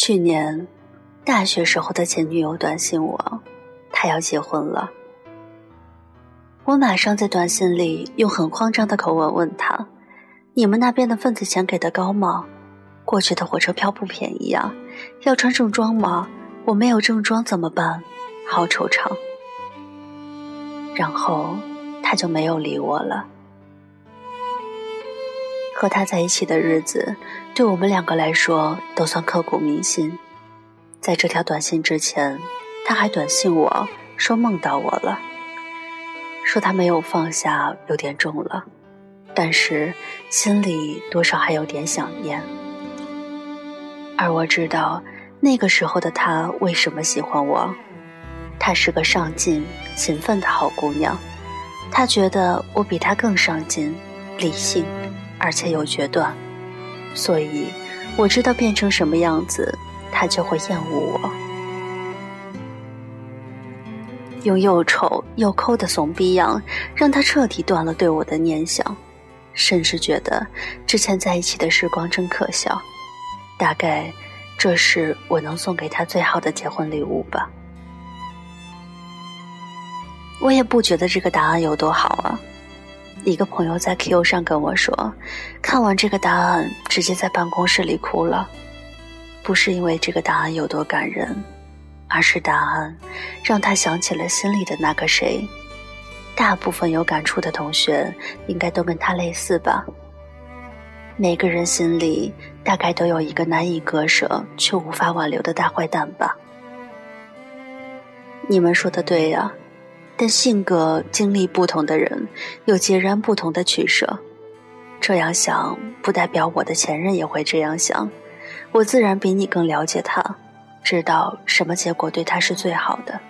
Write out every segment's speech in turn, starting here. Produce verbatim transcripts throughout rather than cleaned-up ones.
去年大学时候的前女友短信我，她要结婚了。我马上在短信里用很慌张的口吻问她，你们那边的份子钱给的高吗？过去的火车票不便宜啊，要穿正装吗？我没有正装怎么办？好惆怅。然后他就没有理我了。和他在一起的日子对我们两个来说都算刻骨铭心。在这条短信之前，他还短信我说梦到我了，说他没有放下有点重了，但是心里多少还有点想念。而我知道那个时候的他为什么喜欢我，她是个上进勤奋的好姑娘，她觉得我比她更上进理性，而且有决断，所以我知道变成什么样子她就会厌恶我。用又丑又抠的怂逼样让她彻底断了对我的念想，甚至觉得之前在一起的时光真可笑，大概这是我能送给她最好的结婚礼物吧。我也不觉得这个答案有多好啊。一个朋友在 Q 上跟我说，看完这个答案直接在办公室里哭了，不是因为这个答案有多感人，而是答案让他想起了心里的那个谁。大部分有感触的同学应该都跟他类似吧。每个人心里大概都有一个难以割舍却无法挽留的大坏蛋吧。你们说的对呀，但性格经历不同的人有截然不同的取舍。这样想不代表我的前任也会这样想，我自然比你更了解他，知道什么结果对他是最好的。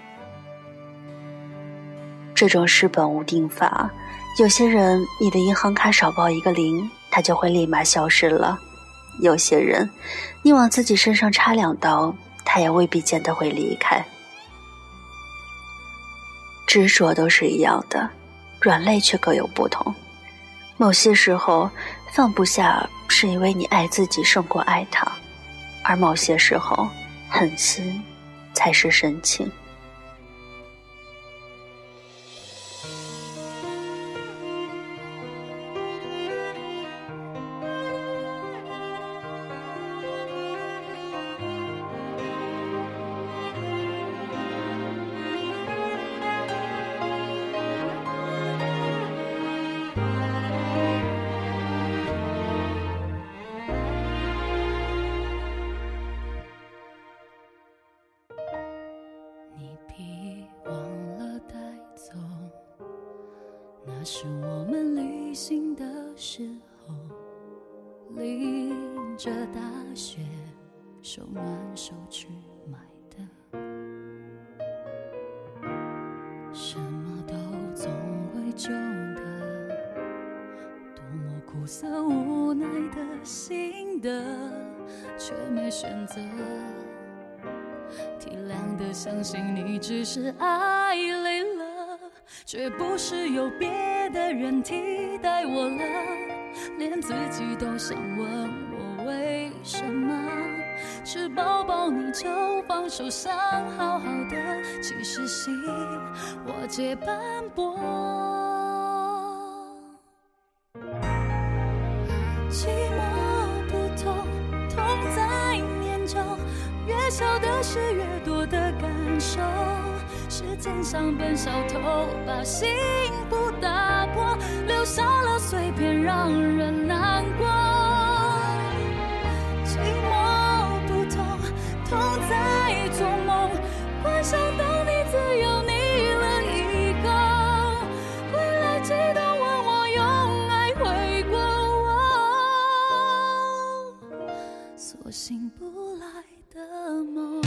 这种事本无定法，有些人你的银行卡少报一个零，他就会立马消失了，有些人你往自己身上插两刀，他也未必见得会离开。执着都是一样的，软肋却各有不同。某些时候放不下是因为你爱自己胜过爱他，而某些时候狠心才是深情。 那是我们旅行的时候，淋着大雪，手挽手去买的，什么都总会旧的，多么苦涩无奈的心的，却没选择，体谅的相信你只是爱累了，却不是有别的人替代我了，连自己都想问我为什么，吃饱饱你就放手想好好的，其实心我皆斑驳。寂寞不痛，痛在念旧，越小的事越多的感受，时间像本小偷，把幸福打破，留下了碎片让人难过。寂寞不痛，痛在做梦，幻想到你自由你了一个，回来记得问我用爱回过我，所醒不来的梦。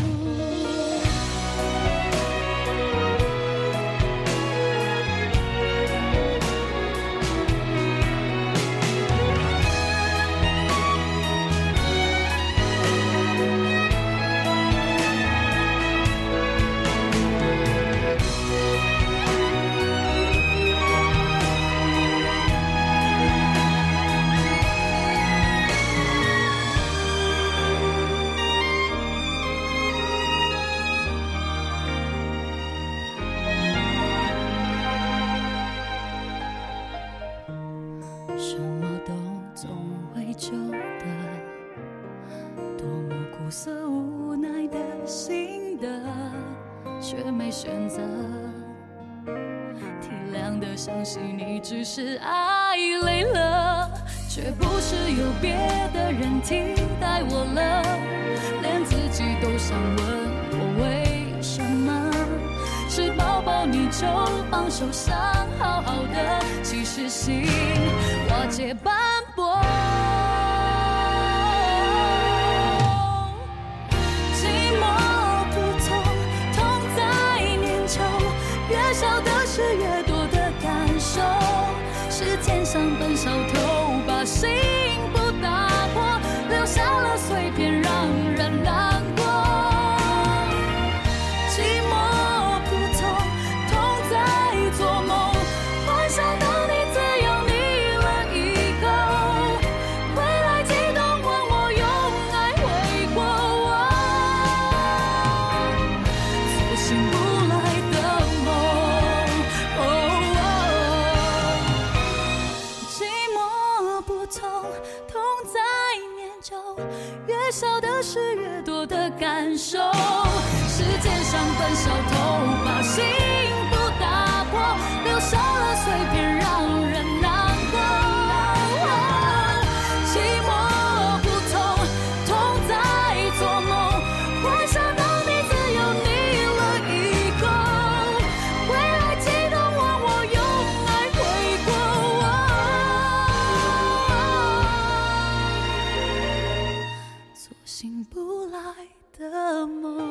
却没选择体谅的相信你只是爱累了，却不是有别的人替代我了，连自己都想问我为什么，是抱抱你就放手想好好的，其实心瓦解斑驳，寂寞不痛，痛在念旧，越少的事越多的感受，是天上本小偷把心不打破，留下了碎片让人难过，寂寞不痛，痛在做梦，幻想到你自由你了以后，回来激动问我用爱回过我，索性不来的梦，哦哦，寂寞不痛，痛在念旧，越少的事越多的感受，时间像本小偷把心不打破，留下了碎片让人难过，寂寞不痛，痛在做梦，幻想到你自由你了以后，回来激动问我用爱回过我，索性不来的梦。